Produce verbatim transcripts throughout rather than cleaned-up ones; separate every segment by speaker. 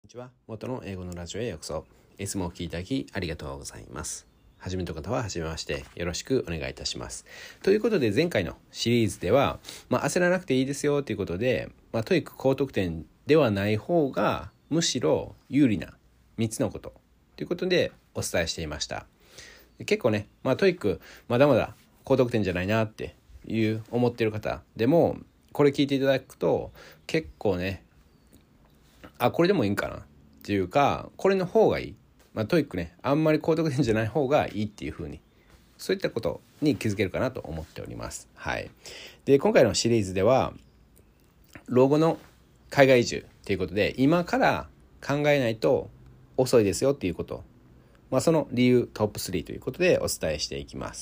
Speaker 1: にちは。元の英語のラジオへようこそ。いつもお聞きいただきありがとうございます。初めの方は初めましてよろしくお願いいたします。ということで前回のシリーズでは、まあ、焦らなくていいですよということで、まあ、トイック 高得点ではない方がむしろ有利なみっつのことということでお伝えしていました。結構ね、まあ、トイックまだまだ高得点じゃないなっていう思っている方でもこれ聞いていただくと結構ね、あ、これでもいいんかなっていうか、これの方がいい、まあ、トイックねあんまり高得点じゃない方がいいっていう風に、そういったことに気づけるかなと思っております。はい。で今回のシリーズでは老後の海外移住ということで、今から考えないと遅いですよっていうこと、まあ、その理由トップスリーということでお伝えしていきます。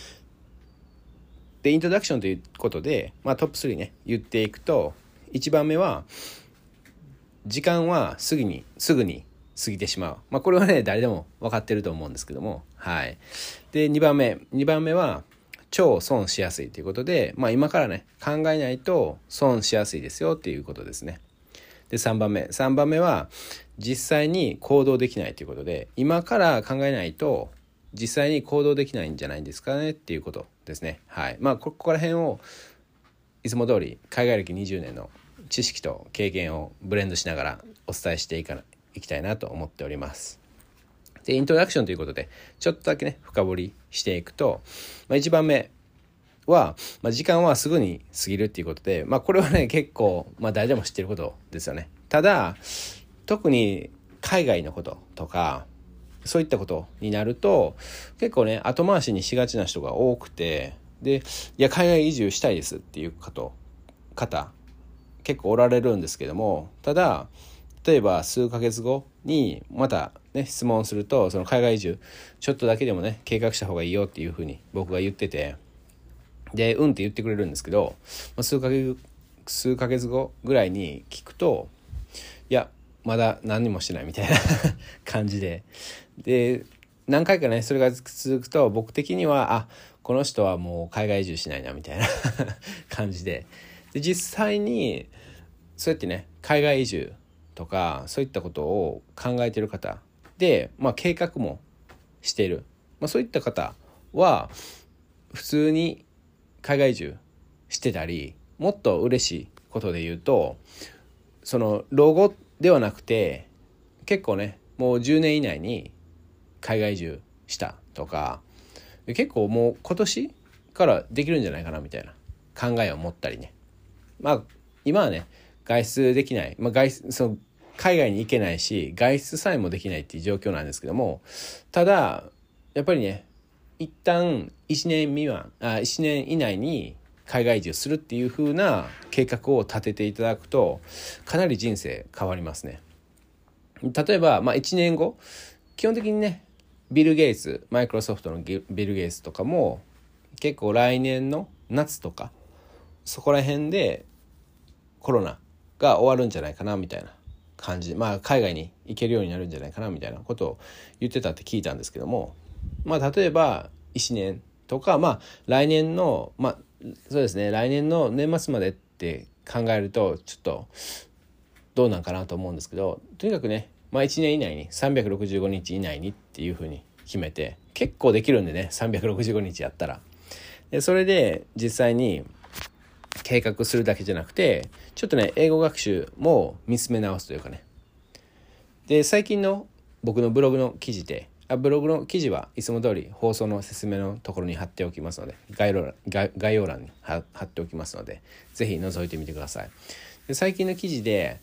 Speaker 1: でイントロダクションということで、まあ、トップスリーね言っていくと、いちばんめは時間はすぐにすぐに過ぎてしまう。まあこれはね誰でも分かってると思うんですけども、はい。でにばんめにばんめは超損しやすいということで、まあ今からね考えないと損しやすいですよっていうことですね。でさんばんめさんばんめは実際に行動できないということで、今から考えないと実際に行動できないんじゃないですかねっていうことですね。はい。まあここら辺をいつも通り海外歴にじゅうねんの知識と経験をブレンドしながらお伝えしていかいきたいなと思っております。でイントロダクションということでちょっとだけね深掘りしていくと、まあ、いちばんめは、まあ、時間はすぐに過ぎるっていうことで、まあ、これはね結構、まあ、誰でも知ってることですよね。ただ特に海外のこととかそういったことになると結構ね後回しにしがちな人が多くて、でいや海外移住したいですっていう方方結構おられるんですけども、ただ例えば数ヶ月後にまたね質問すると、その海外移住ちょっとだけでもね計画した方がいいよっていうふうに僕が言ってて、でうんって言ってくれるんですけど、数ヶ月数ヶ月後ぐらいに聞くと、いやまだ何にもしてないみたいな感じで、で何回かねそれが続くと僕的にはあこの人はもう海外移住しないなみたいな感じで、で実際にそうやってね海外移住とかそういったことを考えている方で、まあ、計画もしている、まあ、そういった方は普通に海外移住してたり、もっと嬉しいことで言うと、その老後ではなくて結構ねもうじゅうねん以内に海外移住したとか、結構もう今年からできるんじゃないかなみたいな考えを持ったりね、まあ今はね外出できない、まあ、外出その海外に行けないし外出さえもできないっていう状況なんですけども、ただやっぱりね一旦いちねん未満あいちねん以内に海外移住するっていう風な計画を立てていただくとかなり人生変わりますね。例えば、まあ、いちねんご基本的にねビル・ゲイツマイクロソフトのビル・ゲイツとかも結構来年の夏とかそこら辺でコロナが終わるんじゃないかなみたいな感じで、まあ海外に行けるようになるんじゃないかなみたいなことを言ってたって聞いたんですけども、まあ例えばいちねんとか、まあ来年のまあそうですね来年の年末までって考えるとちょっとどうなんかなと思うんですけど、とにかくね、まあ、いちねん以内にさんびゃくろくじゅうごにち以内にっていうふうに決めて、結構できるんでねさんびゃくろくじゅうごにちやったら、でそれで実際に計画するだけじゃなくてちょっとね英語学習も見つめ直すというかね。で最近の僕のブログの記事であブログの記事はいつも通り放送の説明のところに貼っておきますので、概要欄概概要欄に貼っておきますのでぜひ覗いてみてください。で最近の記事で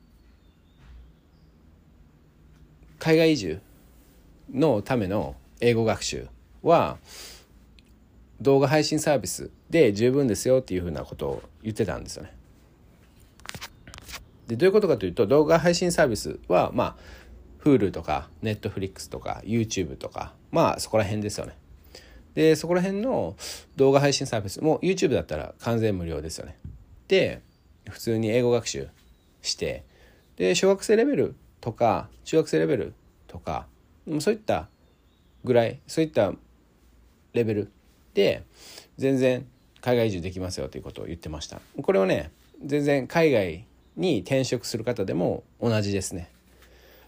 Speaker 1: 海外移住のための英語学習は動画配信サービスで十分ですよっていうふうなことを言ってたんですよね。でどういうことかというと、動画配信サービスはまあ Hulu とか Netflix とか YouTube とかまあそこら辺ですよね。でそこら辺の動画配信サービスも YouTube だったら完全無料ですよね。で普通に英語学習して、で小学生レベルとか中学生レベルとかそういったぐらいそういったレベルで全然海外移住できますよということを言ってました。これはね全然海外に転職する方でも同じですね。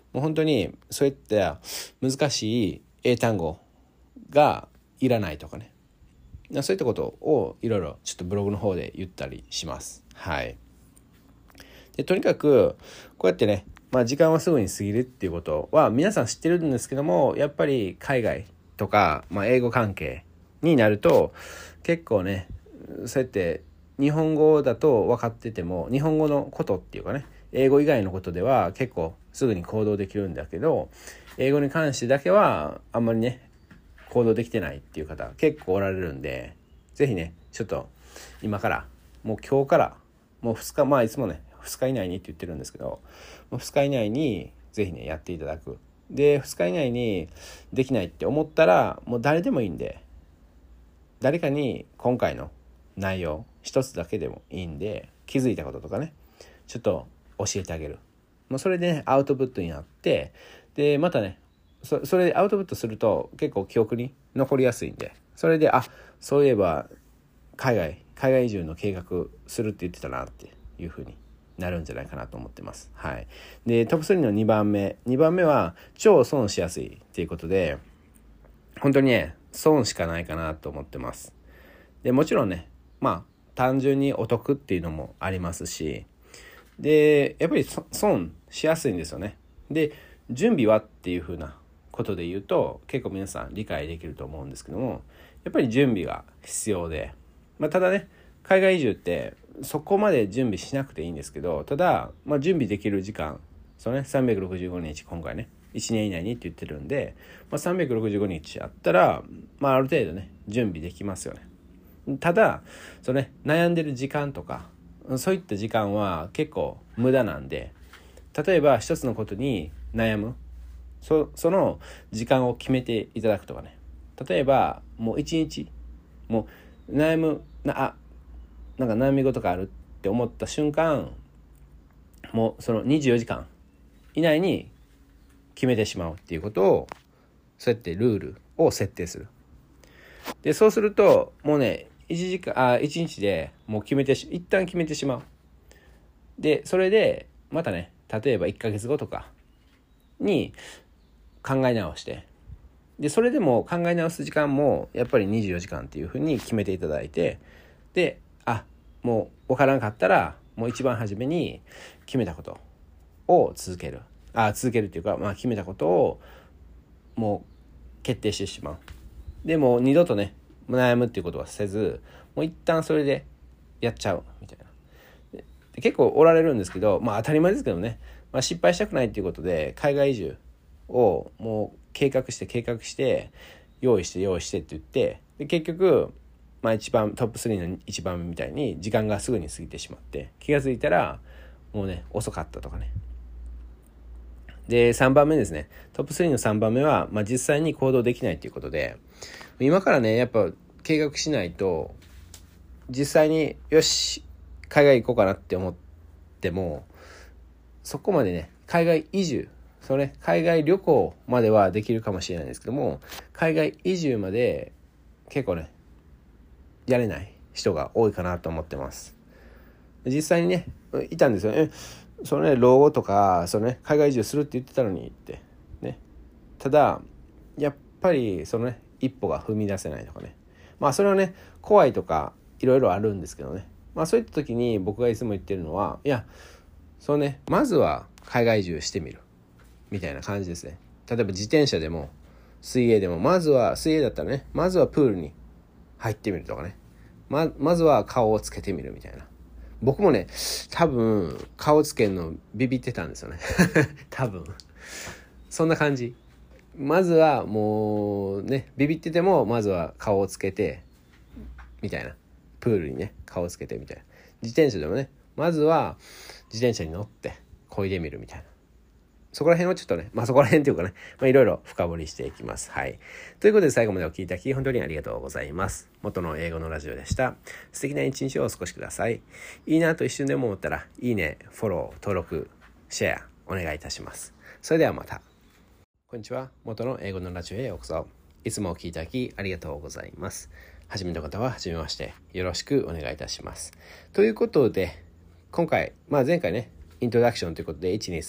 Speaker 1: もう本当にそういった難しい英単語がいらないとかね、そういったことをいろいろちょっとブログの方で言ったりします。はい。でとにかくこうやってね、まあ、時間はすぐに過ぎるっていうことは皆さん知ってるんですけども、やっぱり海外とか、まあ、英語関係になると結構ね、そうやって日本語だと分かってても、日本語のことっていうかね、英語以外のことでは結構すぐに行動できるんだけど、英語に関してだけはあんまりね行動できてないっていう方結構おられるんで、ぜひねちょっと今から、もう今日からもうふつか、まあいつもねふつか以内にって言ってるんですけど、もうふつか以内にぜひねやっていただく。でふつか以内にできないって思ったら、もう誰でもいいんで、誰かに今回の内容一つだけでもいいんで、気づいたこととかねちょっと教えてあげる。もうそれでねアウトプットになって、でまたねそ, それでアウトプットすると結構記憶に残りやすいんで、それであそういえば海外海外移住の計画するって言ってたなっていう風になるんじゃないかなと思ってます。はい。でトップスリーのにばんめにばんめは超損しやすいっていうことで、本当にね損しかないかなと思ってます。でもちろんね、まあ単純にお得っていうのもありますし、でやっぱり損しやすいんですよね。で準備はっていう風なことで言うと結構皆さん理解できると思うんですけども、やっぱり準備が必要で、まあ、ただね海外移住ってそこまで準備しなくていいんですけど、ただ、まあ、準備できる時間、そのねさんびゃくろくじゅうごにち今回ねいちねん以内にって言ってるんで、まあ、さんびゃくろくじゅうごにちあったら、まあ、ある程度ね準備できますよね。ただそのね悩んでる時間とかそういった時間は結構無駄なんで、例えば一つのことに悩む そ, その時間を決めていただくとかね、例えばもう一日もう悩むなあなんか悩み事があるって思った瞬間、もうそのにじゅうよじかん以内に決めてしまうっていうことを、そうやってルールを設定する。でそうするともうねいちじかんあいちにちでもう決めてし一旦決めてしまう。でそれでまたね例えばいっかげつごとかに考え直して、でそれでも考え直す時間もやっぱりにじゅうよじかんっていうふうに決めていただいて、であもう分からなかったらもう一番初めに決めたことを続けるあ続けるっていうか、まあ、決めたことをもう決定してしまう。でもう二度とね悩むっていうことはせず、もう一旦それでやっちゃうみたいな。で結構おられるんですけど、まあ当たり前ですけどね、まあ、失敗したくないっていうことで海外移住をもう計画して計画して用意して用意してって言って、で結局、まあ、一番トップスリーの一番目みたいに時間がすぐに過ぎてしまって、気がついたらもうね遅かったとかね。でさんばんめですね、トップスリーのさんばんめは、まあ、実際に行動できないということで、今からねやっぱ計画しないと、実際によし海外行こうかなって思っても、そこまでね海外移住、それ、ね、海外旅行まではできるかもしれないですけども、海外移住まで結構ねやれない人が多いかなと思ってます。実際にねいたんですよね。そのね老後とかそのね海外移住するって言ってたのにってね、ただやっぱりそのね一歩が踏み出せないとかね、まあそれはね怖いとかいろいろあるんですけどね、まあそういった時に僕がいつも言ってるのは、いやそうねまずは海外移住してみるみたいな感じですね。例えば自転車でも水泳でも、まずは水泳だったらねまずはプールに入ってみるとかね、ま, まずは顔をつけてみるみたいな。僕もね多分顔つけるのビビってたんですよね多分そんな感じ。まずはもうねビビっててもまずは顔をつけてみたいな、プールにね顔をつけてみたいな。自転車でもねまずは自転車に乗って漕いでみるみたいな。そこら辺をちょっとね、まあそこら辺っていうかね、まあいろいろ深掘りしていきます。はい。ということで最後までお聞きいただき本当にありがとうございます。元の英語のラジオでした。素敵な一日をお過ごしください。いいなと一瞬でも思ったら、いいね、フォロー、登録、シェアお願いいたします。それではまた。こんにちは。元の英語のラジオへようこそ。いつもお聞きいただきありがとうございます。初めの方は初めまして。よろしくお願いいたします。ということで、今回、まあ前回ね、イントロダクションということで、いち、に、さん、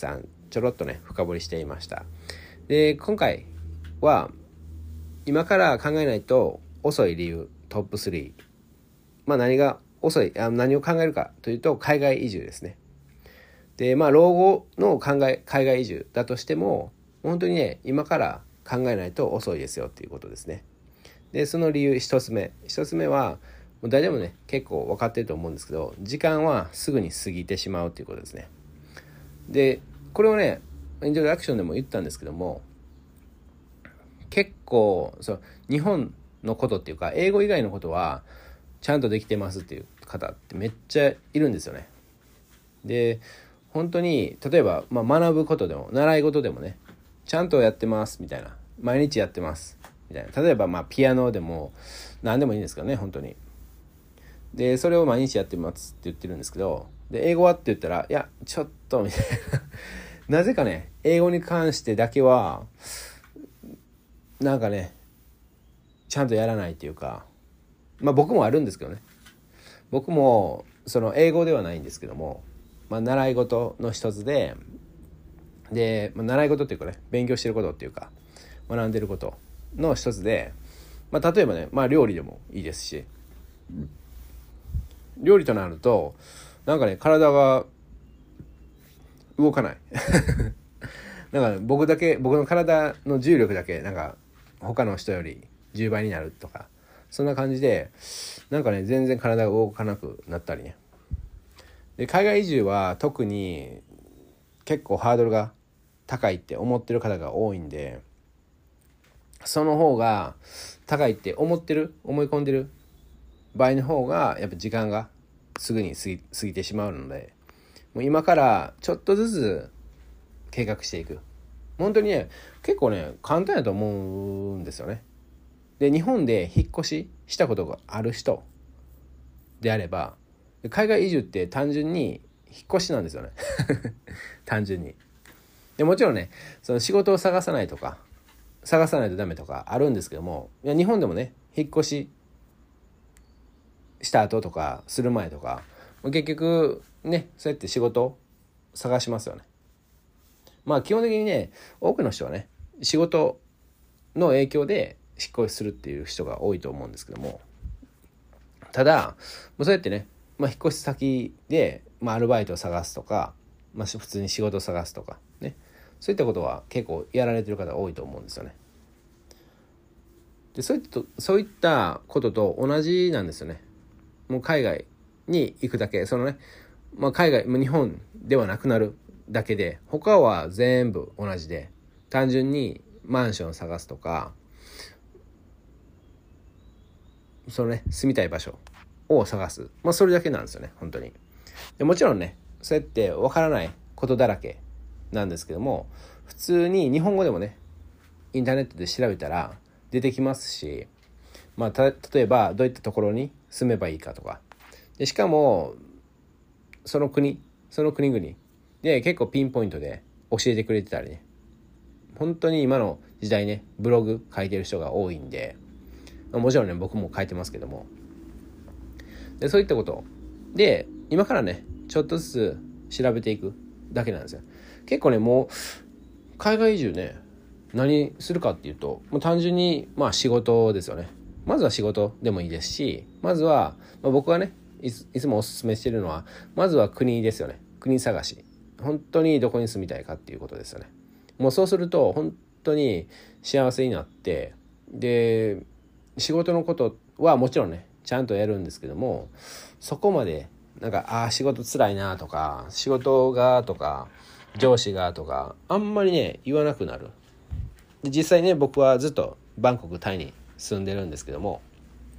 Speaker 1: ちょろっとね深掘りしていました。で今回は今から考えないと遅い理由トップスリー、まあ何が遅いあ何を考えるかというと海外移住ですね。でまあ老後の考え海外移住だとしても本当にね今から考えないと遅いですよっていうことですね。でその理由一つ目一つ目はもう誰でもね結構分かってると思うんですけど、時間はすぐに過ぎてしまうということですね。でこれをねイントロダクションでも言ったんですけども、結構そう日本のことっていうか英語以外のことはちゃんとできてますっていう方ってめっちゃいるんですよね。で本当に例えば、まあ、学ぶことでも習い事でもねちゃんとやってますみたいな、毎日やってますみたいな、例えばまあピアノでも何でもいいんですけどね本当に。でそれを毎日やってますって言ってるんですけど、で英語はって言ったらいやちょっとみたいななぜかね英語に関してだけはなんかねちゃんとやらないっていうか、まあ僕もあるんですけどね、僕もその英語ではないんですけども、まあ、習い事の一つでで、まあ、習い事っていうかね勉強してることっていうか学んでることの一つで、まあ、例えばね、まあ、料理でもいいですし、料理となるとなんかね体が動かないなんか僕だけ僕の体の重力だけなんか他の人よりじゅうばいになるとかそんな感じでなんかね全然体が動かなくなったりね。で海外移住は特に結構ハードルが高いって思ってる方が多いんで、その方が高いって思ってる思い込んでる場合の方がやっぱ時間がすぐに過ぎ、過ぎてしまうので、もう今からちょっとずつ計画していく。本当にね結構ね簡単だと思うんですよね。で日本で引っ越ししたことがある人であれば海外移住って単純に引っ越しなんですよね単純に。でもちろんねその仕事を探さないとか探さないとダメとかあるんですけども、いや日本でもね引っ越しした後とかする前とか結局ねそうやって仕事を探しますよね。まあ基本的にね多くの人はね仕事の影響で引っ越しするっていう人が多いと思うんですけども、ただそうやってね、まあ、引っ越し先で、まあ、アルバイトを探すとか、まあ、普通に仕事を探すとかね、そういったことは結構やられてる方多いと思うんですよね。でそういったそういったことと同じなんですよね。もう海外に行くだけそのね、まあ、海外日本ではなくなるだけで他は全部同じで、単純にマンションを探すとかそのね住みたい場所を探す、まあそれだけなんですよね本当に。でもちろんねそうやってわからないことだらけなんですけども、普通に日本語でもねインターネットで調べたら出てきますし、まあた例えばどういったところに住めばいいかとかで、しかもその国その国々で結構ピンポイントで教えてくれてたりね、本当に今の時代ねブログ書いてる人が多いんで、もちろんね僕も書いてますけども、でそういったことで今からねちょっとずつ調べていくだけなんですよ。結構ねもう海外移住ね何するかっていうともう単純にまあ仕事ですよね。まずは仕事でもいいですし、まずは、まあ、僕がねいつ、いつもお勧めしてるのはまずは国ですよね。国探し、本当にどこに住みたいかっていうことですよね。もうそうすると本当に幸せになって、で仕事のことはもちろんねちゃんとやるんですけども、そこまでなんかああ仕事つらいなとか仕事がとか上司がとかあんまりね言わなくなる。で実際ね僕はずっとバンコクタイに住んでるんですけども、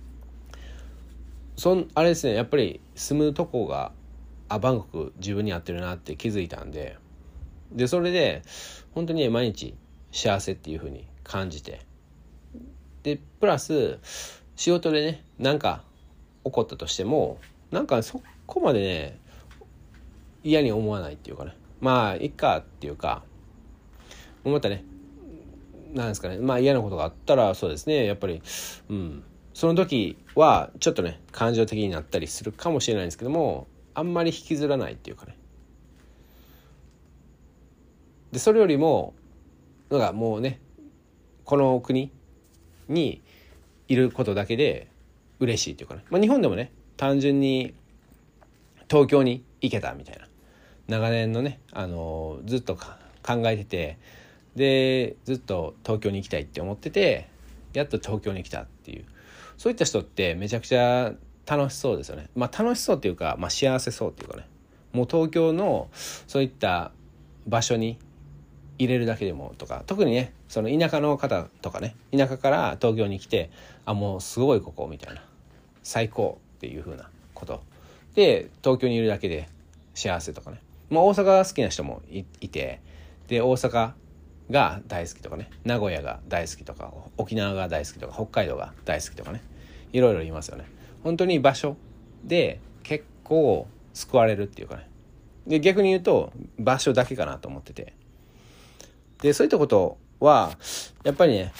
Speaker 1: そんあれですねやっぱり住むとこがあバンコク自分に合ってるなって気づいたんで、でそれで本当に、ね、毎日幸せっていう風に感じて、でプラス仕事でねなんか起こったとしてもなんかそこまでね嫌に思わないっていうかね、まあいっかっていうか、またねなんですかね、まあ嫌なことがあったらそうですねやっぱりうんその時はちょっとね感情的になったりするかもしれないんですけども、あんまり引きずらないっていうかね、 でそれよりもなんかもうねこの国にいることだけで嬉しいというかね、まあ、日本でもね単純に東京に行けたみたいな長年のね、あのー、ずっと考えててでずっと東京に行きたいって思っててやっと東京に来たっていうそういった人ってめちゃくちゃ楽しそうですよね。まあ楽しそうっていうか、まあ、幸せそうっていうかねもう東京のそういった場所に入れるだけでもとか特にねその田舎の方とかね田舎から東京に来てあもうすごいここみたいな最高っていう風なことで東京にいるだけで幸せとかね、まあ、大阪が好きな人も い, いてで大阪が大好きとかね名古屋が大好きとか沖縄が大好きとか北海道が大好きとかねいろいろ言いますよね。本当に場所で結構救われるっていうかねで逆に言うと場所だけかなと思っててでそういったことはやっぱりね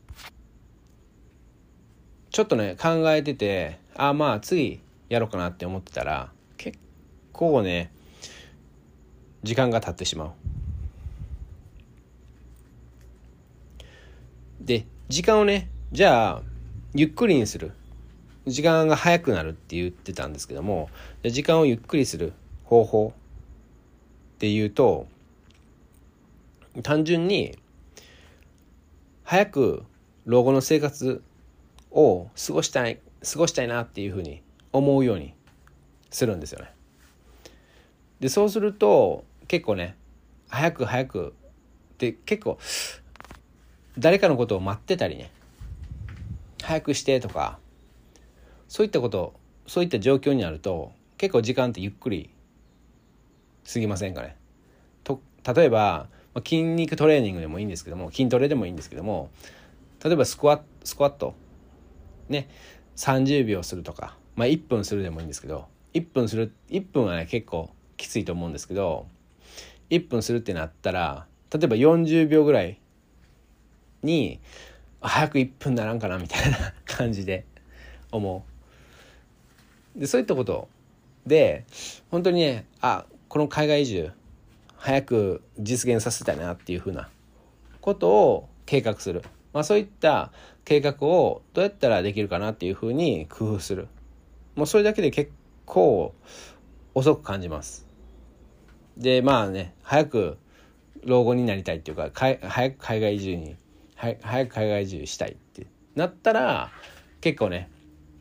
Speaker 1: ちょっとね考えててあまあ次やろうかなって思ってたら結構ね時間が経ってしまう。で時間をねじゃあゆっくりにする時間が早くなるって言ってたんですけども時間をゆっくりする方法っていうと単純に早く老後の生活を過ごしたい過ごしたいなっていうふうに思うようにするんですよね。でそうすると結構ね早く早くで結構誰かのことを待ってたりね早くしてとかそういったことそういった状況になると結構時間ってゆっくり過ぎませんかね。と例えば筋肉トレーニングでもいいんですけども筋トレでもいいんですけども例えばスクワスクワットねさんじゅうびょうするとか、まあ、いっぷんするでもいいんですけどいっぷんするいっぷんはね結構きついと思うんですけどいっぷんするってなったら例えばよんじゅうびょうぐらいに早くいっぷんならんかなみたいな感じで思う。でそういったことで本当にねあこの海外移住早く実現させたいなっていうふうなことを計画する、まあ、そういった計画をどうやったらできるかなっていうふうに工夫する。もうそれだけで結構遅く感じます。でまあね早く老後になりたいっていうか早く海外移住に早く海外移住したいってなったら結構ね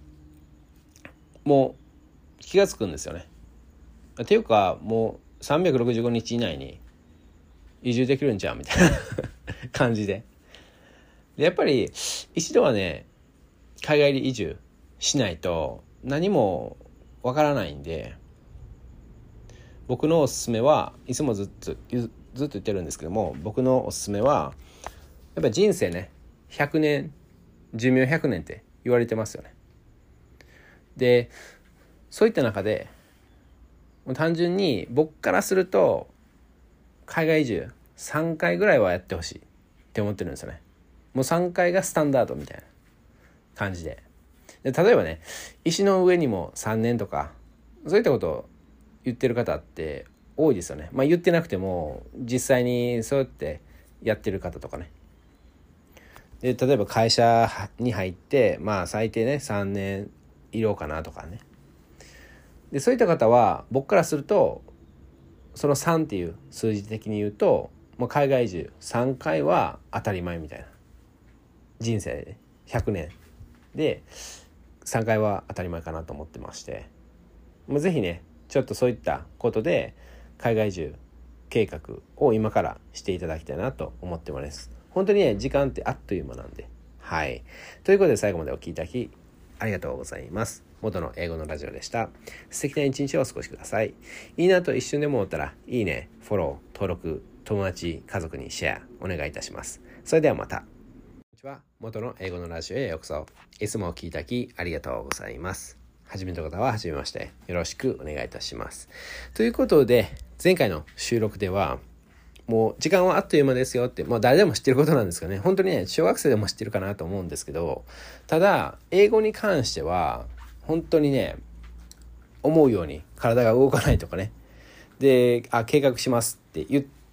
Speaker 1: もう気がつくんですよね。っていうかもうさんびゃくろくじゅうごにち以内に移住できるんちゃうみたいな感じで。でやっぱり一度はね海外移住しないと何もわからないんで僕のおすすめはいつもずっとずっと言ってるんですけども僕のおすすめはやっぱり人生ねひゃくねん寿命ひゃくねんって言われてますよね。でそういった中でもう単純に僕からすると海外移住さんかいぐらいはやってほしいって思ってるんですよね。もうさんかいがスタンダードみたいな感じで。で例えばね石の上にもさんねんとかそういったことを言ってる方って多いですよね。まあ言ってなくても実際にそうやってやってる方とかね。で例えば会社に入ってまあ最低ねさんねんいろうかなとかね。でそういった方は僕からするとそのさんっていう数字的に言うともう海外移住さんかいは当たり前みたいな。人生でひゃくねんでさんかいは当たり前かなと思ってましてもうぜひねちょっとそういったことで海外移住計画を今からしていただきたいなと思ってます。本当にね時間ってあっという間なんではいということで最後までお聞きいただきありがとうございます。元の英語のラジオでした。素敵な一日をお過ごしください。いいなと一瞬でも思ったらいいねフォロー登録友達家族にシェアお願いいたします。それではまた。は元の英語のラジオへようこそ。いつもお聞きいただきありがとうございます。初めての方は初めましてよろしくお願いいたします。ということで前回の収録ではもう時間はあっという間ですよって、まあ、誰でも知ってることなんですけどね本当にね小学生でも知ってるかなと思うんですけどただ英語に関しては本当にね思うように体が動かないとかねであ計画しますって言っ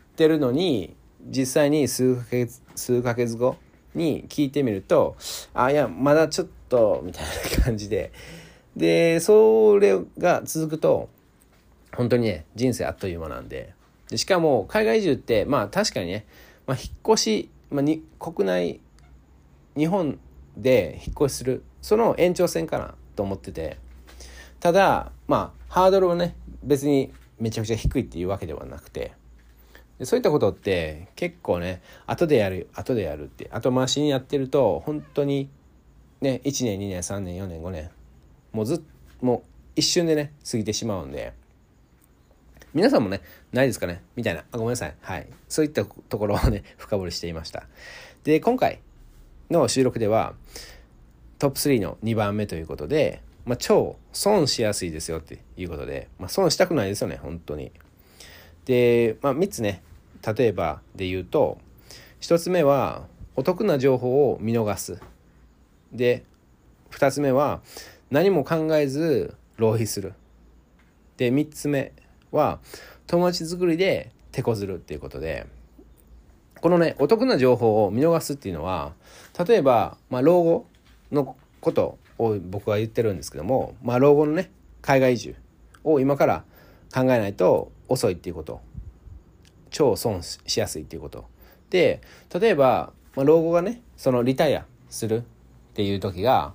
Speaker 1: ってるのに実際に数ヶ月数ヶ月後に聞いてみると、あいやまだちょっとみたいな感じで、でそれが続くと本当にね人生あっという間なんで、でしかも海外移住ってまあ確かにね、まあ、引っ越し、まあ、に国内日本で引っ越しするその延長線かなと思ってて、ただまあハードルはね別にめちゃくちゃ低いっていうわけではなくて、でそういったことって結構ね後でやる後でやるって後回しにやってると本当にねいちねんにねんさんねんよねんごねんもうずっもう一瞬でね過ぎてしまうんで、皆さんもねないですかねみたいな、あごめんなさい、はい、そういったところをね深掘りしていました。で今回の収録ではトップスリーのにばんめということで、まあ、超損しやすいですよっていうことで、まあ、損したくないですよね本当に。で、まあ、みっつね例えばで言うと、ひとつめはお得な情報を見逃す。でふたつめは何も考えず浪費する。でみっつめは友達作りで手こずるっていうことで、このねお得な情報を見逃すっていうのは、例えば、まあ、老後のことを僕は言ってるんですけども、まあ、老後のね海外移住を今から考えないと遅いっていうこと、超損しやすいっていうことで、例えば、まあ、老後がねそのリタイアするっていう時が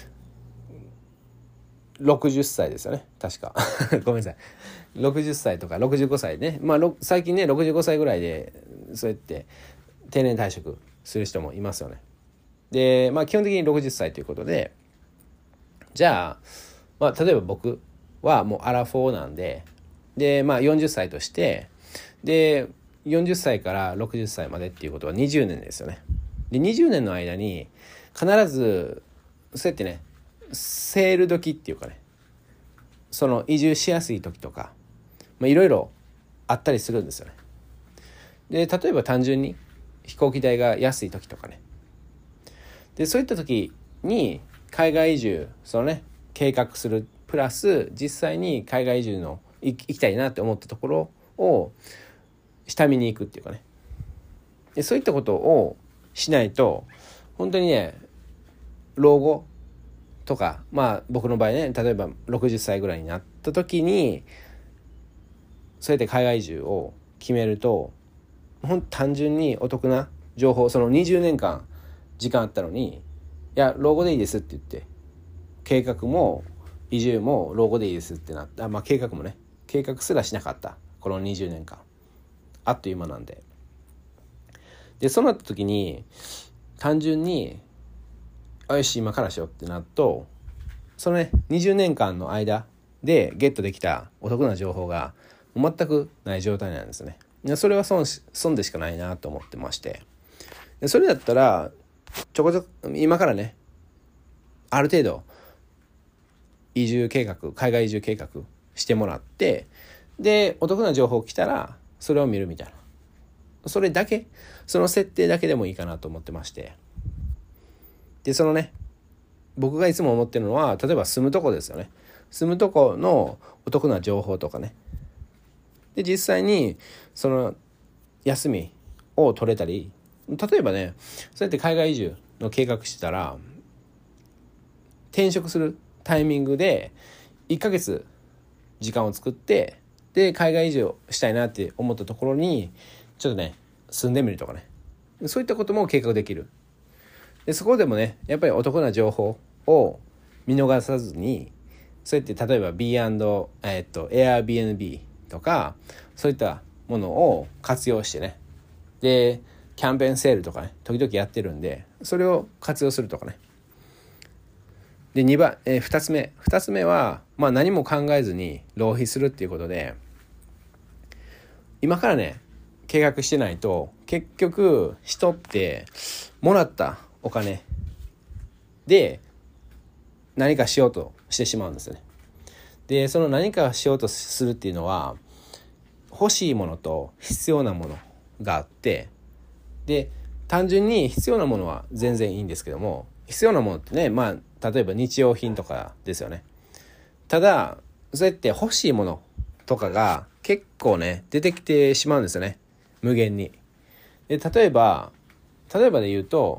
Speaker 1: ろくじゅっさいですよね確かごめんなさい、ろくじゅっさいとかろくじゅうごさいね、まあ最近ねろくじゅうごさいぐらいでそうやって定年退職する人もいますよね。でまあ基本的にろくじゅっさいということで、じゃあ、まあ、例えば僕はもうアラフォーなんで、でまあよんじゅっさいとして、でよんじゅっさいからろくじゅっさいまでっていうことはにじゅうねんですよね。でにじゅうねんの間に必ずそうやってねセール時っていうかね、その移住しやすい時とかいろいろあったりするんですよね。で例えば単純に飛行機代が安い時とかね、でそういった時に海外移住そのね計画するプラス実際に海外移住の行きたいなって思ったところを下見に行くっていうかね、でそういったことをしないと本当にね老後とか、まあ僕の場合ね例えばろくじゅっさいぐらいになった時にそうやって海外移住を決めると、ほん単純にお得な情報、そのにじゅうねんかん時間あったのに、いや老後でいいですって言って計画も移住も老後でいいですってなった、まあ計画もね計画すらしなかったこのにじゅうねんかんあっという間なんで、でそうなった時に単純によし今からしようってなると、そのねにじゅうねんかんの間でゲットできたお得な情報が全くない状態なんですね。それは損し損でしかないなと思ってまして、それだったらちょこちょこ今からねある程度移住計画海外移住計画してもらって、でお得な情報来たらそれを見るみたいな、それだけその設定だけでもいいかなと思ってまして、でそのね僕がいつも思ってるのは、例えば住むとこですよね。住むとこのお得な情報とかね、で実際にその休みを取れたり、例えばねそうやって海外移住の計画してたら転職するタイミングでいっかげつ時間を作って、で海外移住したいなって思ったところにちょっとね住んでみるとかね、そういったことも計画できる。でそこでもねやっぱりお得な情報を見逃さずに、そうやって例えば B& えー、っと Airbnb とかそういったものを活用してね、でキャンペーンセールとかね時々やってるんで、それを活用するとかね。でにばん、えー、ふたつめふたつめは、まあ、何も考えずに浪費するっていうことで、今からね計画してないと結局人ってもらったお金で何かしようとしてしまうんですよね。でその何かしようとするっていうのは欲しいものと必要なものがあって、で単純に必要なものは全然いいんですけども、必要なものってね、まあ例えば日用品とかですよね。ただそうやって欲しいものとかが結構ね出てきてしまうんですよね。 無限に。で例えば例えばで言うと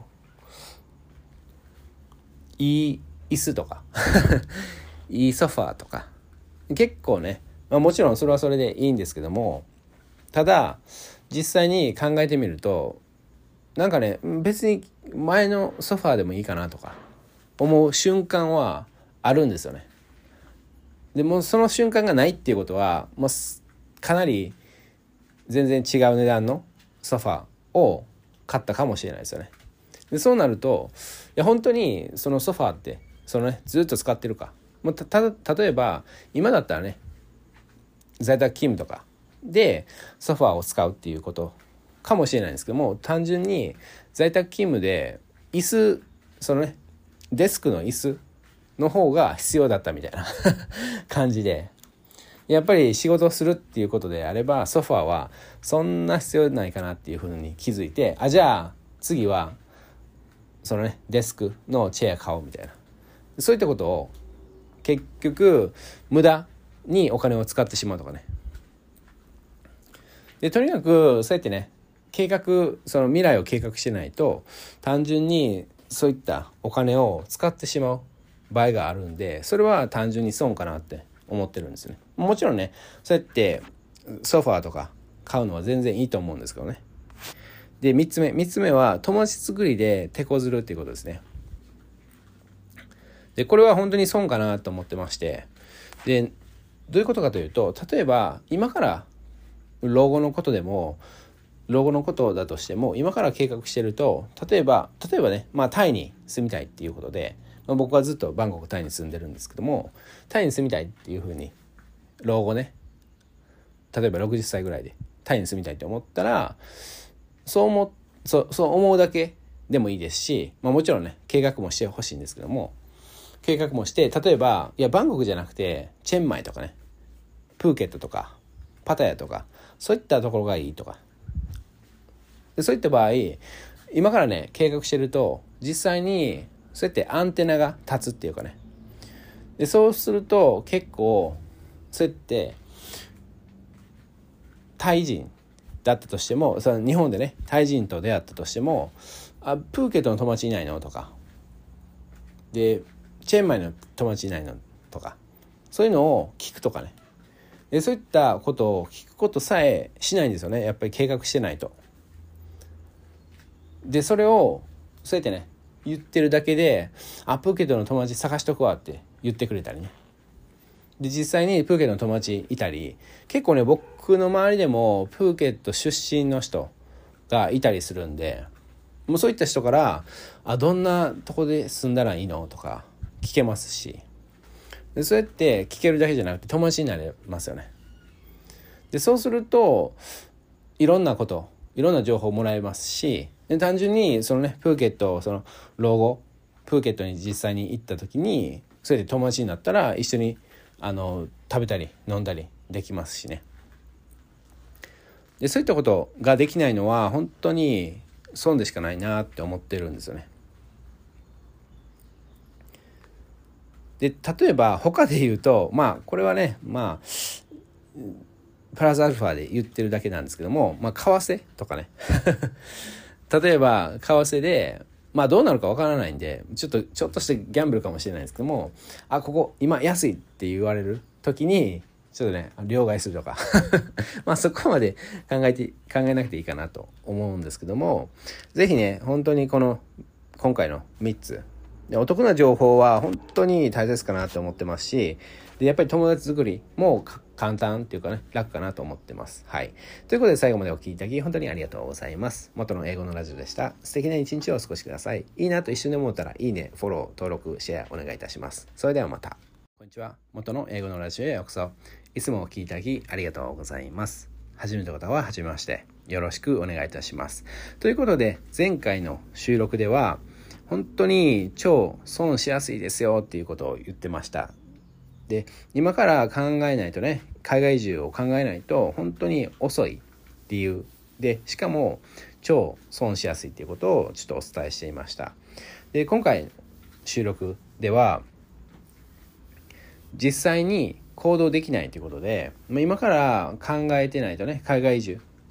Speaker 1: いい椅子とかいいソファーとか結構ね、まあ、もちろんそれはそれでいいんですけども、ただ実際に考えてみるとなんかね別に前のソファーでもいいかなとか思う瞬間はあるんですよね。でもその瞬間がないっていうことはもうかなり全然違う値段のソファーを買ったかもしれないですよね。でそうなるといや本当にそのソファーってその、ね、ずっと使ってるか、もうたた例えば今だったらね在宅勤務とかでソファーを使うっていうことかもしれないんですけども、単純に在宅勤務で椅子そのねデスクの椅子の方が必要だったみたいな感じで、やっぱり仕事をするっていうことであればソファーはそんな必要ないかなっていうふうに気づいて、あじゃあ次はそのねデスクのチェア買おうみたいな、そういったことを結局無駄にお金を使ってしまうとかね。でとにかくそうやってね計画その未来を計画してないと単純にそういったお金を使ってしまう場合があるんで、それは単純に損かなって思ってるんですよね。もちろんねそうやってソファーとか買うのは全然いいと思うんですけどね。でみっつめみっつめは友達作りで手こずるっていうことですね。でこれは本当に損かなと思ってまして、でどういうことかというと、例えば今から老後のことでも老後のことだとしても今から計画してると、例えば例えばね、まあ、タイに住みたいっていうことで、まあ、僕はずっとバンコクタイに住んでるんですけども、タイに住みたいっていうふうに老後ね例えばろくじゅっさいぐらいでタイに住みたいと思ったら、そう思そうそう思うだけでもいいですし、まあ、もちろんね計画もしてほしいんですけども、計画もして例えばいやバンコクじゃなくてチェンマイとかねプーケットとかパタヤとかそういったところがいいとか、でそういった場合今からね計画してると実際にそうやってアンテナが立つっていうかね、でそうすると結構そうやってタイ人だったとしても、その日本でねタイ人と出会ったとしても、あプーケットの友達いないのとかでチェンマイの友達いないのとか、そういうのを聞くとかね、でそういったことを聞くことさえしないんですよね、やっぱり計画してないと。でそれをそうやってね言ってるだけで、あプーケットの友達探しとくわって言ってくれたりね。で実際にプーケットの友達いたり、結構ね僕の周りでもプーケット出身の人がいたりするんで、もうそういった人からあどんなとこで住んだらいいのとか聞けますし、でそうやって聞けるだけじゃなくて友達になれますよね。でそうするといろんなこといろんな情報をもらえますし、で単純にそのねプーケットその老後プーケットに実際に行った時にそれで友達になったら一緒にあの食べたり飲んだりできますしね。でそういったことができないのは本当に損でしかないなって思ってるんですよね。で例えば他で言うとまあこれはねまあプラスアルファで言ってるだけなんですけども、まあ為替とかね例えば為替でまあどうなるかわからないんでちょっとちょっとしてギャンブルかもしれないですけども、あここ今安いって言われる時にちょっとね両替するとかまあそこまで考えて考えなくていいかなと思うんですけども、ぜひね本当にこの今回のみっつでお得な情報は本当に大切かなと思ってますし、でやっぱり友達作りも簡単っていうかね楽かなと思ってます。はい。ということで最後までお聞きいただき本当にありがとうございます。元の英語のラジオでした。素敵な一日をお過ごしください。いいなと一瞬で思ったらいいね、フォロー、登録、シェアお願いいたします。それではまた。こんにちは。元の英語のラジオへようこそ。いつもお聞きいただきありがとうございます。初めての方は初めまして。よろしくお願いいたします。ということで前回の収録では本当に超損しやすいですよっていうことを言ってました。で今から考えないとね海外移住を考えないと本当に遅い理由で、しかも超損しやすいっていうことをちょっとお伝えしていました。で今回収録では実際に行動できないということで、今から考えてないとね海外移住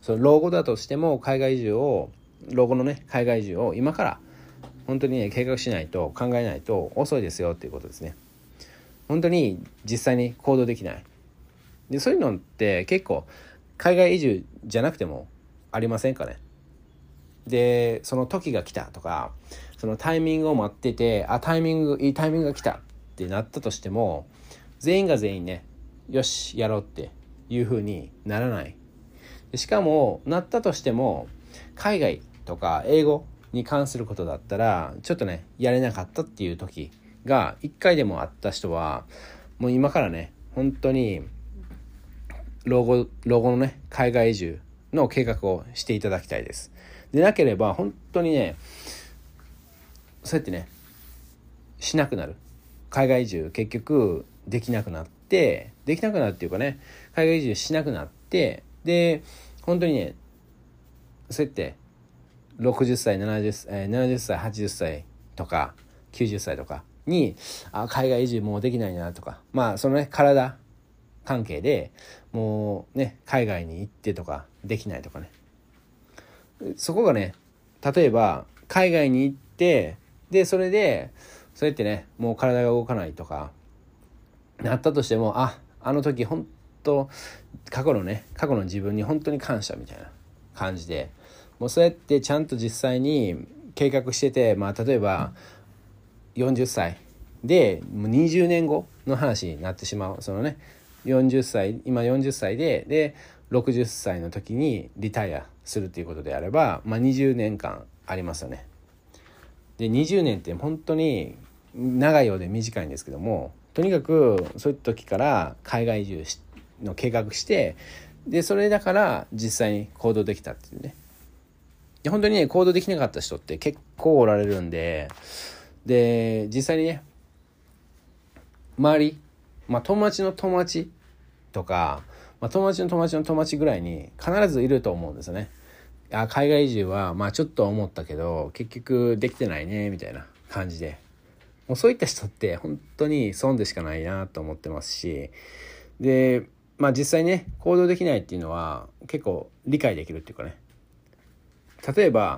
Speaker 1: その老後だとしても海外移住を老後のね海外移住を今から本当にね計画しないと考えないと遅いですよっていうことですね。本当に実際に行動できない。でそういうのって結構海外移住じゃなくてもありませんかね。でその時が来たとかそのタイミングを待っててあタイミングいいタイミングが来たってなったとしても全員が全員ねよしやろうっていう風にならない。でしかもなったとしても海外とか英語に関することだったらちょっとねやれなかったっていう時がいっかいでもあった人はもう今からね本当に老後、老後のね海外移住の計画をしていただきたいです。でなければ本当にねそうやってねしなくなる。海外移住結局できなくなってできなくなるっていうかね海外移住しなくなってで本当にねそうやってろくじゅっさいななじゅっさいななじゅっさいはちじゅっさいとかきゅうじゅっさいとかにあ海外移住もうできないなとかまあそのね体関係でもうね海外に行ってとかできないとかねそこがね例えば海外に行ってでそれでそうやってねもう体が動かないとかなったとしてもああの時本当過去のね過去の自分に本当に感謝みたいな感じでもうそうやってちゃんと実際に計画しててまあ例えばよんじゅっさいでもうにじゅうねんごの話になってしまう。そのねよんじゅっさい今よんじゅっさいででろくじゅっさいの時にリタイアするっていうことであれば、まあ、にじゅうねんかんありますよね。でにじゅうねんって本当に長いようで短いんですけどもとにかくそういった時から海外移住の計画してでそれだから実際に行動できたっていうね。で本当にね行動できなかった人って結構おられるんでで実際にね周り、まあ、友達の友達とか、まあ、友達の友達の友達ぐらいに必ずいると思うんですよね。あ海外移住はまあちょっと思ったけど結局できてないねみたいな感じでもうそういった人って本当に損でしかないなと思ってますしでまあ実際ね行動できないっていうのは結構理解できるっていうかね例えば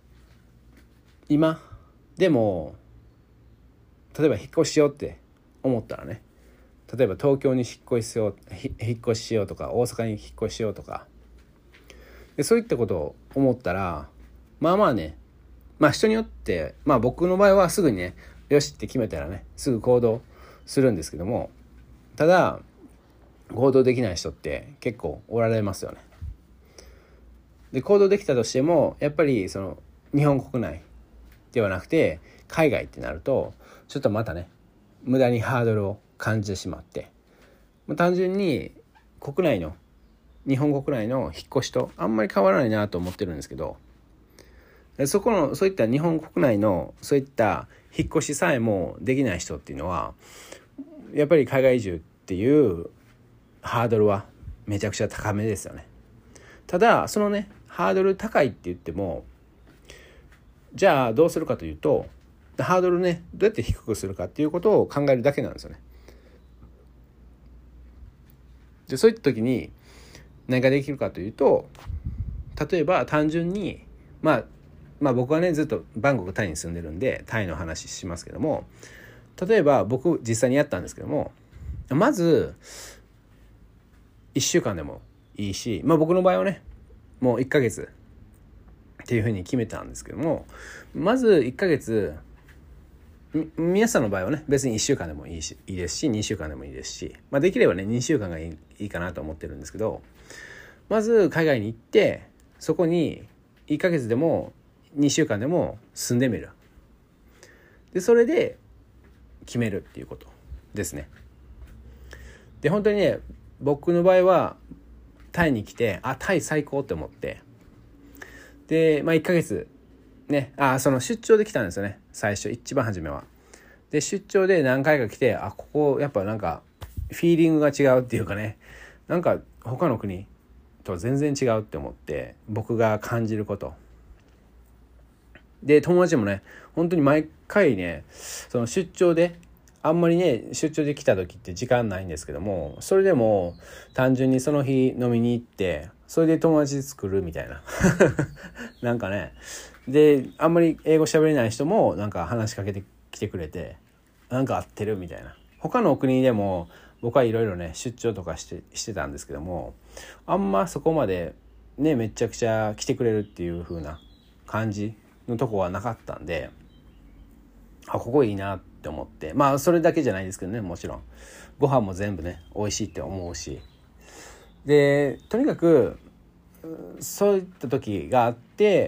Speaker 1: 今でも例えば引っ越ししようって思ったらね例えば東京に引っ越ししよう引っ越ししようとか大阪に引っ越ししようとかでそういったことを思ったらまあまあねまあ人によってまあ僕の場合はすぐにねよしって決めたらねすぐ行動するんですけどもただ行動できない人って結構おられますよね。で行動できたとしてもやっぱりその日本国内ではなくて海外ってなるとちょっとまたね無駄にハードルを感じてしまって単純に国内の日本国内の引っ越しとあんまり変わらないなと思ってるんですけどそこのそういった日本国内のそういった引っ越しさえもできない人っていうのはやっぱり海外移住っていうハードルはめちゃくちゃ高めですよね。ただそのねハードル高いって言ってもじゃあどうするかというとハードルねどうやって低くするかっていうことを考えるだけなんですよね。でそういった時に何ができるかというと例えば単純にまあまあ僕はねずっとバンコクタイに住んでるんでタイの話しますけども例えば僕実際にやったんですけどもまずいっしゅうかんでもいいしまあ僕の場合はねもういっかげつっていうふうに決めたんですけどもまずいっかげつ皆さんの場合はね別にいっしゅうかんでもいいしいいですしにしゅうかんでもいいですし、まあ、できればねにしゅうかんがいい、いいかなと思ってるんですけどまず海外に行ってそこにいっかげつでもにしゅうかんでも住んでみるでそれで決めるっていうことですね。で本当にね僕の場合はタイに来てあタイ最高って思ってで、まあ、いっかげつねあその出張で来たんですよね最初一番初めは。で出張で何回か来てあここやっぱなんかフィーリングが違うっていうかねなんか他の国と全然違うって思って僕が感じることで友達もね本当に毎回ねその出張であんまりね出張で来た時って時間ないんですけども、それでも単純にその日飲みに行ってそれで友達作るみたいななんかね、であんまり英語喋れない人もなんか話しかけてきてくれて、なんか合ってるみたいな。他の国でも僕はいろいろね出張とかしてしてたんですけども、あんまそこまでねめちゃくちゃ来てくれるっていう風な感じのとこはなかったんで、あここいいなって思って、まあそれだけじゃないですけどね、もちろんご飯も全部ね美味しいって思うし、でとにかくそういった時があって、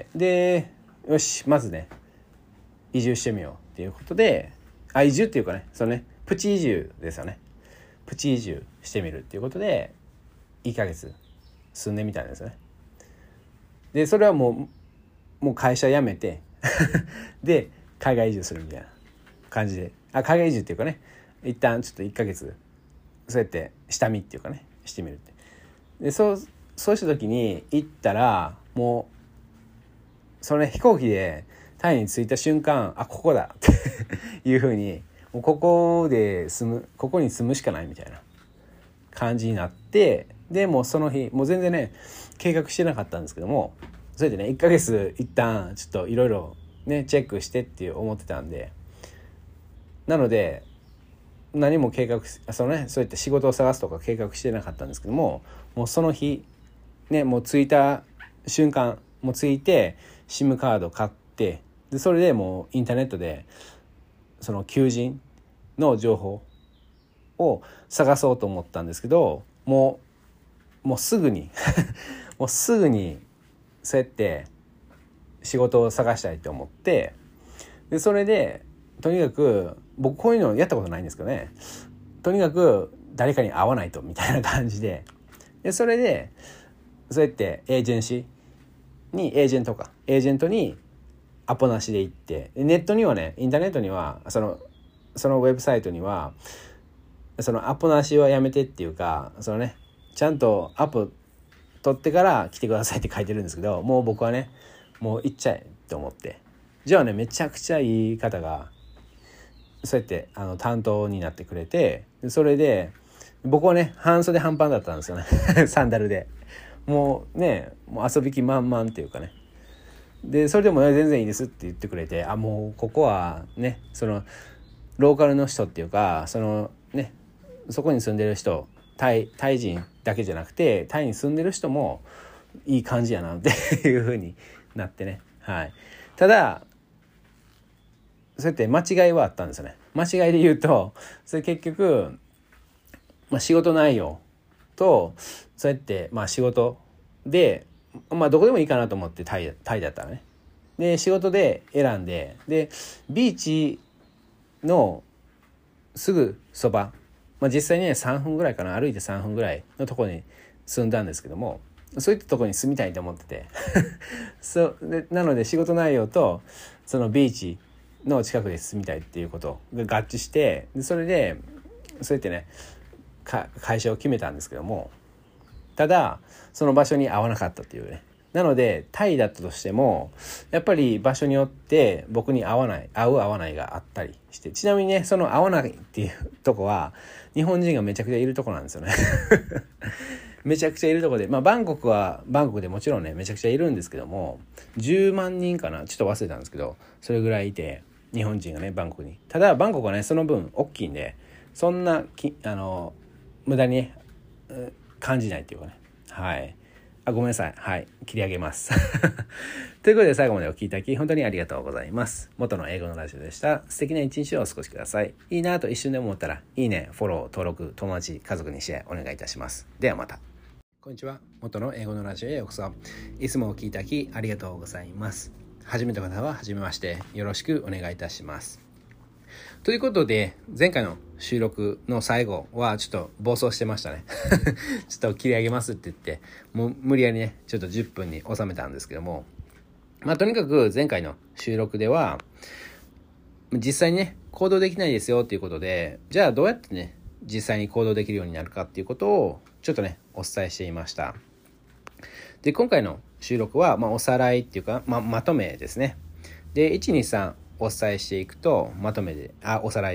Speaker 1: でよしまずね移住してみようっていうことで、あ移住っていうかねそのねプチ移住ですよね。プチ移住してみるっていうことでいっかげつ住んでみたんですよね。でそれはもうもう会社辞めてで海外移住するみたいな感じで、あ海外移住っていうかね一旦ちょっといっかげつそうやって下見っていうかねしてみるって。でそうそうした時に行ったらもうその、ね、飛行機でタイに着いた瞬間、あここだっていう風にもうここで住むここに住むしかないみたいな感じになって、でもうその日もう全然ね計画してなかったんですけども、それでねいっかげつ一旦ちょっといろいろねチェックしてっていう思ってたんで、なので何も計画そのねそういった仕事を探すとか計画してなかったんですけども、もうその日ねもう着いた瞬間もう着いて SIM カード買って、でそれでもうインターネットでその求人の情報を探そうと思ったんですけど、もうもうすぐにもうすぐにそうやって仕事を探したいと思って、でそれでとにかく僕こういうのやったことないんですけどね、とにかく誰かに会わないとみたいな感じで、でそれでそうやってエージェンシーにエージェントかエージェントにアポなしで行って、ネットにはねインターネットにはそのそのウェブサイトにはそのアポなしはやめてっていうか、そのねちゃんとアポ取ってから来てくださいって書いてるんですけど、もう僕はねもう行っちゃえと思って、じゃあねめちゃくちゃいい方がそうやってあの担当になってくれて、それで僕はね半袖半パンだったんですよねサンダルでもうねもう遊び気満々っていうかね、でそれでも、ね、全然いいですって言ってくれて、あもうここはねそのローカルの人っていうかそのねそこに住んでる人タイ、タイ人だけじゃなくてタイに住んでる人もいい感じやなっていう風になってね、はい。ただそうやって間違いはあったんですよね。間違いで言うとそれ結局、まあ、仕事内容とそうやってまあ仕事でまあどこでもいいかなと思ってタイ、タイだったらね、で仕事で選んで、でビーチのすぐそば、まあ、実際にねさんぷんぐらいかな、歩いてさんぷんぐらいのところに住んだんですけども、そういったところに住みたいと思っててそうでなので仕事内容とそのビーチの近くで住みたいっていうことが合致して、でそれでそうやってねか会社を決めたんですけども、ただその場所に合わなかったっていうね。なのでタイだったとしてもやっぱり場所によって僕に合わない合う合わないがあったりして、ちなみにねその合わないっていうとこは日本人がめちゃくちゃいるとこなんですよねめちゃくちゃいるとこで、まあバンコクはバンコクでもちろんねめちゃくちゃいるんですけども、じゅうまんにんかなちょっと忘れたんですけど、それぐらいいて日本人がねバンコクに。ただバンコクはねその分大きいんでそんなきあの無駄にね感じないっていうかね、はいあごめんなさい、はい切り上げますということで最後までお聞きいただき本当にありがとうございます。元の英語のラジオでした。素敵な一日をお過ごしください。いいなと一瞬でも思ったらいいね、フォロー、登録、友達、家族にシェアお願いいたします。ではまた。こんにちは、元の英語のラジオへようこそ。いつもお聞きいただきありがとうございます。初めての方は初めましてよろしくお願いいたします。ということで前回の収録の最後はちょっと暴走してましたねちょっと切り上げますって言ってもう無理やりねちょっとじゅっぷんに収めたんですけども、まあとにかく前回の収録では実際にね行動できないですよっていうことで、じゃあどうやってね実際に行動できるようになるかっていうことをちょっとねお伝えしていました。で今回の収録は、まあ、おさらいっていうか、まあ、まとめですね。でいちにさんお伝えしていくとまとめであおさらいで、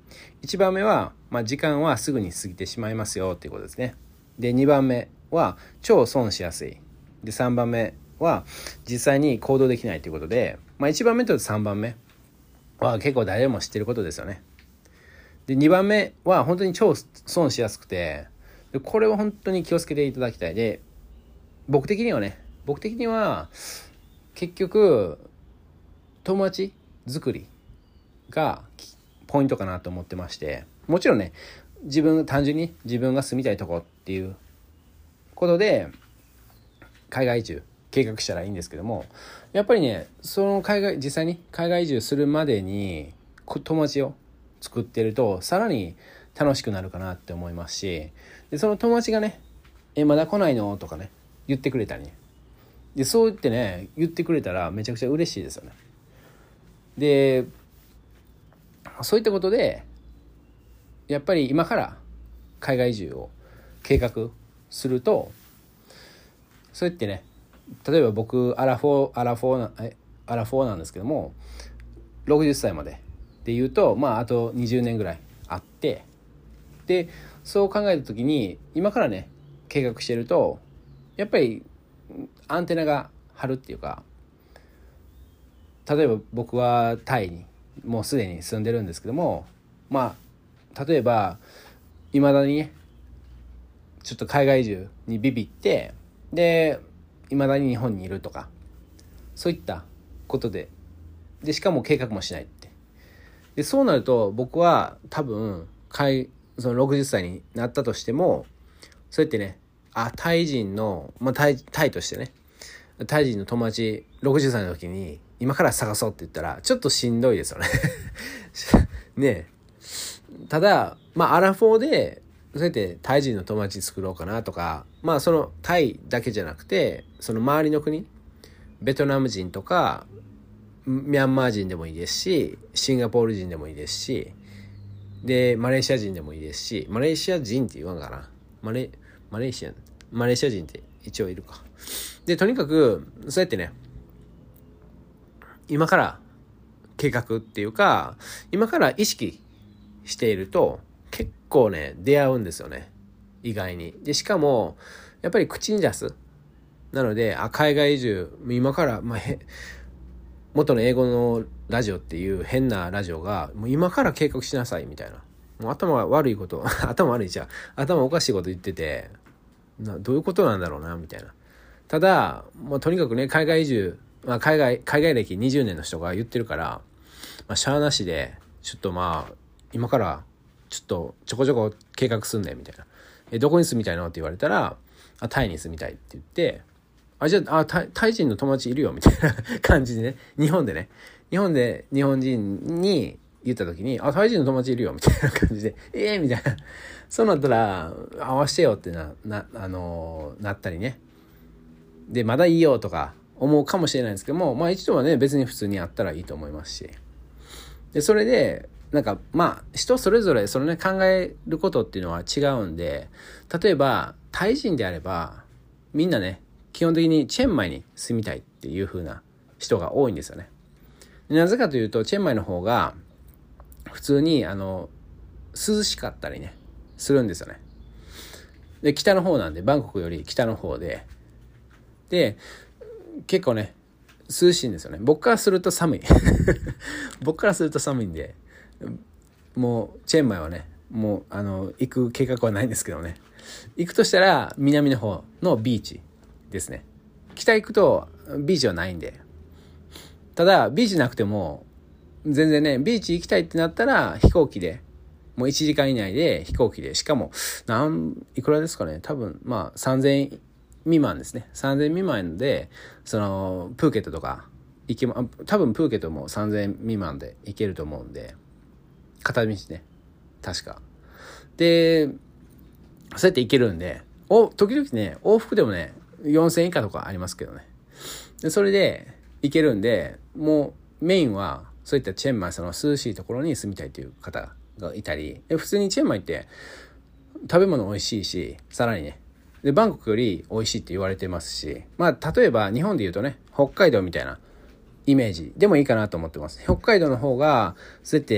Speaker 1: いちばんめは、まあ、時間はすぐに過ぎてしまいますよっていうことですね。でにばんめは超損しやすい。でさんばんめは実際に行動できないということで、まあ、いちばんめとさんばんめは結構誰も知ってることですよね。でにばんめは本当に超損しやすくて、でこれは本当に気をつけていただきたい。で僕的にはね僕的には結局友達作りがポイントかなと思ってまして、もちろんね自分単純に自分が住みたいとこっていうことで海外移住計画したらいいんですけども、やっぱりねその海外実際に海外移住するまでに友達を作ってるとさらに楽しくなるかなって思いますし、でその友達がねえまだ来ないのとかね言ってくれたりね、でそう言ってね言ってくれたらめちゃくちゃ嬉しいですよね。でそういったことでやっぱり今から海外移住を計画すると、そうやってね例えば僕アラフォーアラフォーなえアラフォーなんですけどもろくじゅっさいまででいうとまああとにじゅうねんぐらいあって、でそう考えた時に今からね計画してるとやっぱりアンテナが張るっていうか、例えば僕はタイにもうすでに住んでるんですけども、まあ例えばいまだにねちょっと海外移住にビビってでいまだに日本にいるとかそういったことででしかも計画もしないって、でそうなると僕は多分そのろくじゅっさいになったとしてもそうやってねあタイ人の、まあ、タイ、タイとしてねタイ人の友達ろくじゅっさいの時に今から探そうって言ったらちょっとしんどいですよねねえただまあアラフォーでそうやってタイ人の友達作ろうかなとか、まあそのタイだけじゃなくてその周りの国ベトナム人とかミャンマー人でもいいですしシンガポール人でもいいですしでマレーシア人でもいいですし、マレーシア人って言わんかなマレマレーシアンマレーシア人って一応いるかで、とにかくそうやってね今から計画っていうか今から意識していると結構ね出会うんですよね意外に。でしかもやっぱり口に出すなのであ海外移住今から、まあ、へ元の英語のラジオっていう変なラジオがもう今から計画しなさいみたいな、もう頭悪いこと頭悪いじゃん頭おかしいこと言っててなどういうことなんだろうなみたいな。ただもうとにかくね海外移住、まあ、海外海外歴にじゅうねんの人が言ってるから、まあ、しゃあなしでちょっとまあ今からちょっとちょこちょこ計画すんねんみたいな。えどこに住みたいのって言われたらあタイに住みたいって言ってあじゃあ、あタイ、タイ人の友達いるよみたいな感じでね日本でね日本で日本人に言った時にあタイ人の友達いるよみたいな感じでええー、みたいなそうなったら合わせてよってななあのー、なったりねでまだいいよとか思うかもしれないんですけども、まあ一度はね別に普通にあったらいいと思いますし、でそれでなんかまあ人それぞれそのね考えることっていうのは違うんで、例えばタイ人であればみんなね基本的にチェンマイに住みたいっていう風な人が多いんですよね。なぜかというとチェンマイの方が普通にあの涼しかったりねするんですよね。で北の方なんでバンコクより北の方でで結構ね涼しいんですよね。僕からすると寒い僕からすると寒いんでもうチェンマイはねもうあの行く計画はないんですけどね、行くとしたら南の方のビーチですね。北行くとビーチはないんで、ただビーチなくても全然ねビーチ行きたいってなったら飛行機でもういちじかん以内で飛行機でしかもなんいくらですかね多分まあさんぜんえん未満ですね。さんぜんえん未満でそのプーケットとか行けま多分プーケットもさんぜんえん未満で行けると思うんで片道ね確かでそうやって行けるんでお時々ね往復でもねよんせんえん以下とかありますけどね。でそれで行けるんでもうメインはそういったチェンマイその涼しいところに住みたいという方がいたり、普通にチェンマイって食べ物美味しいしさらにねでバンコクより美味しいって言われてますし、まあ例えば日本で言うとね北海道みたいなイメージでもいいかなと思ってます。北海道の方がそうやって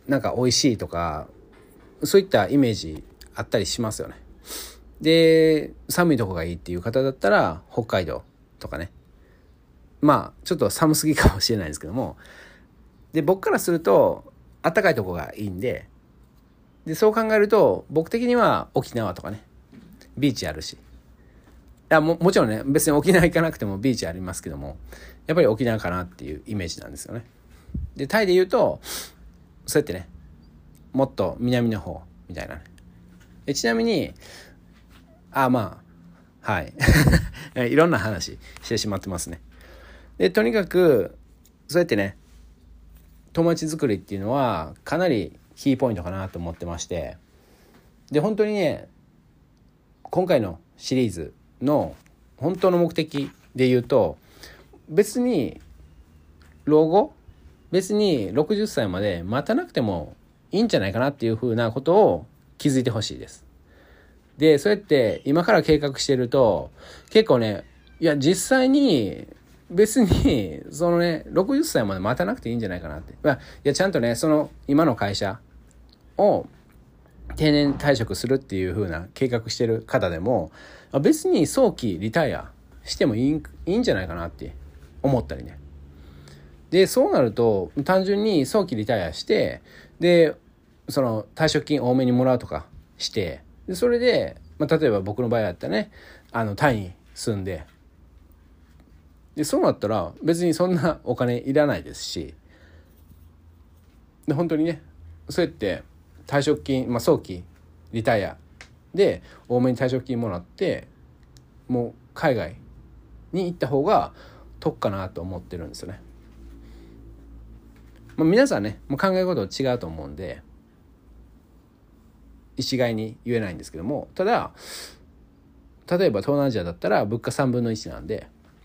Speaker 1: なんか美味しいとかそういったイメージあったりしますよね。で寒いとこがいいっていう方だったら北海道とかね、まあちょっと寒すぎかもしれないですけども、で僕からすると暖かいとこがいいんで、でそう考えると僕的には沖縄とかね、ビーチあるし、いや も, もちろんね別に沖縄行かなくてもビーチありますけども、やっぱり沖縄かなっていうイメージなんですよね。でタイで言うとそうやってねもっと南の方みたいなね。えちなみにあまあはいいろんな話してしまってますね。でとにかくそうやってね友達作りっていうのはかなりキーポイントかなと思ってまして、で本当にね今回のシリーズの本当の目的で言うと、別に老後別にろくじゅっさいまで待たなくてもいいんじゃないかなっていうふうなことを気づいてほしいです。でそうやって今から計画してると結構ね、いや実際に別にそのねろくじゅっさいまで待たなくていいんじゃないかなって、まあ、いやちゃんとねその今の会社を定年退職するっていう風な計画してる方でも別に早期リタイアしてもいい、いいんじゃないかなって思ったりね。でそうなると単純に早期リタイアしてでその退職金多めにもらうとかしてでそれで、まあ、例えば僕の場合だったらねあのタイに住んででそうなったら別にそんなお金いらないですし、で本当にねそうやって退職金、まあ、早期リタイアで多めに退職金もらってもう海外に行った方が得かなと思ってるんですよね。まあ、皆さんねもう考え事違うと思うんで一概に言えないんですけども、ただ例えば東南アジアだったら物価さんぶんのいちなんで、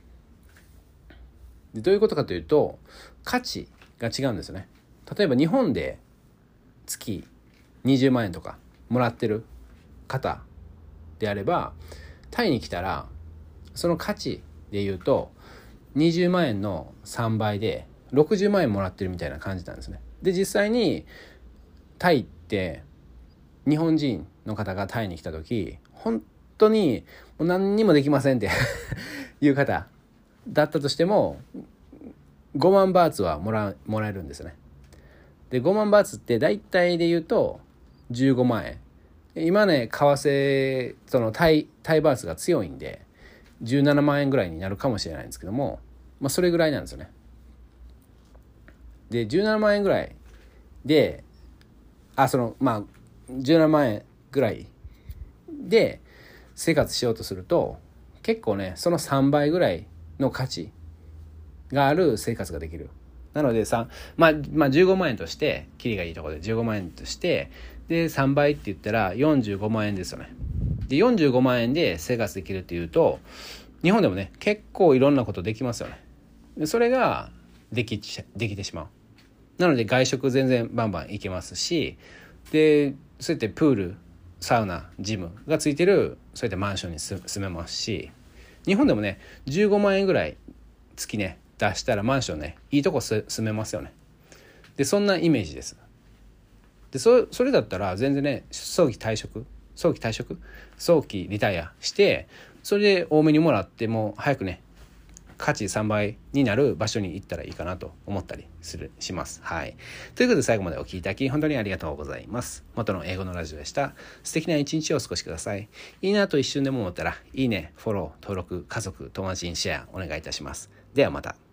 Speaker 1: でどういうことかというと価値が違うんですよね。例えば日本で月にじゅうまんえんとかもらってる方であればタイに来たらその価値で言うとにじゅうまんえんのさんばいでろくじゅうまんえんもらってるみたいな感じなんですね。で実際にタイって日本人の方がタイに来た時本当にもう何にもできませんっていう方だったとしてもごまんバーツはもらもらえるんですよね。でごまんバーツって大体で言うとじゅうごまんえん、今ね為替そのタイタイバーツが強いんでじゅうななまんえんぐらいになるかもしれないんですけども、まあ、それぐらいなんですよね。でじゅうななまんえんぐらいであそのまあじゅうななまんえんぐらいで生活しようとすると結構ねそのさんばいぐらいの価値がある生活ができる。なのでさ、まあ、まあじゅうごまんえんとしてキリがいいところでじゅうごまんえんとしてでさんばいって言ったらよんじゅうごまんえんですよね。でよんじゅうごまんえんで生活できるっていうと日本でもね結構いろんなことできますよね。でそれができできてしまう。なので外食全然バンバン行けますし、でそうやってプールサウナジムがついてるそういったマンションに住めますし、日本でもねじゅうごまんえんぐらい月ね出したらマンションねいいとこ住めますよね。でそんなイメージです。で そ, それだったら全然ね早期退職早期退職早期リタイアしてそれで多めにもらっても早くね価値さんばいになる場所に行ったらいいかなと思ったりするします。はい。ということで最後までお聞きいただき本当にありがとうございます。元の英語のラジオでした。素敵な一日をお過ごしください。いいなと一瞬でも思ったらいいね、フォロー、登録、家族、友達にシェアお願いいたします。ではまた。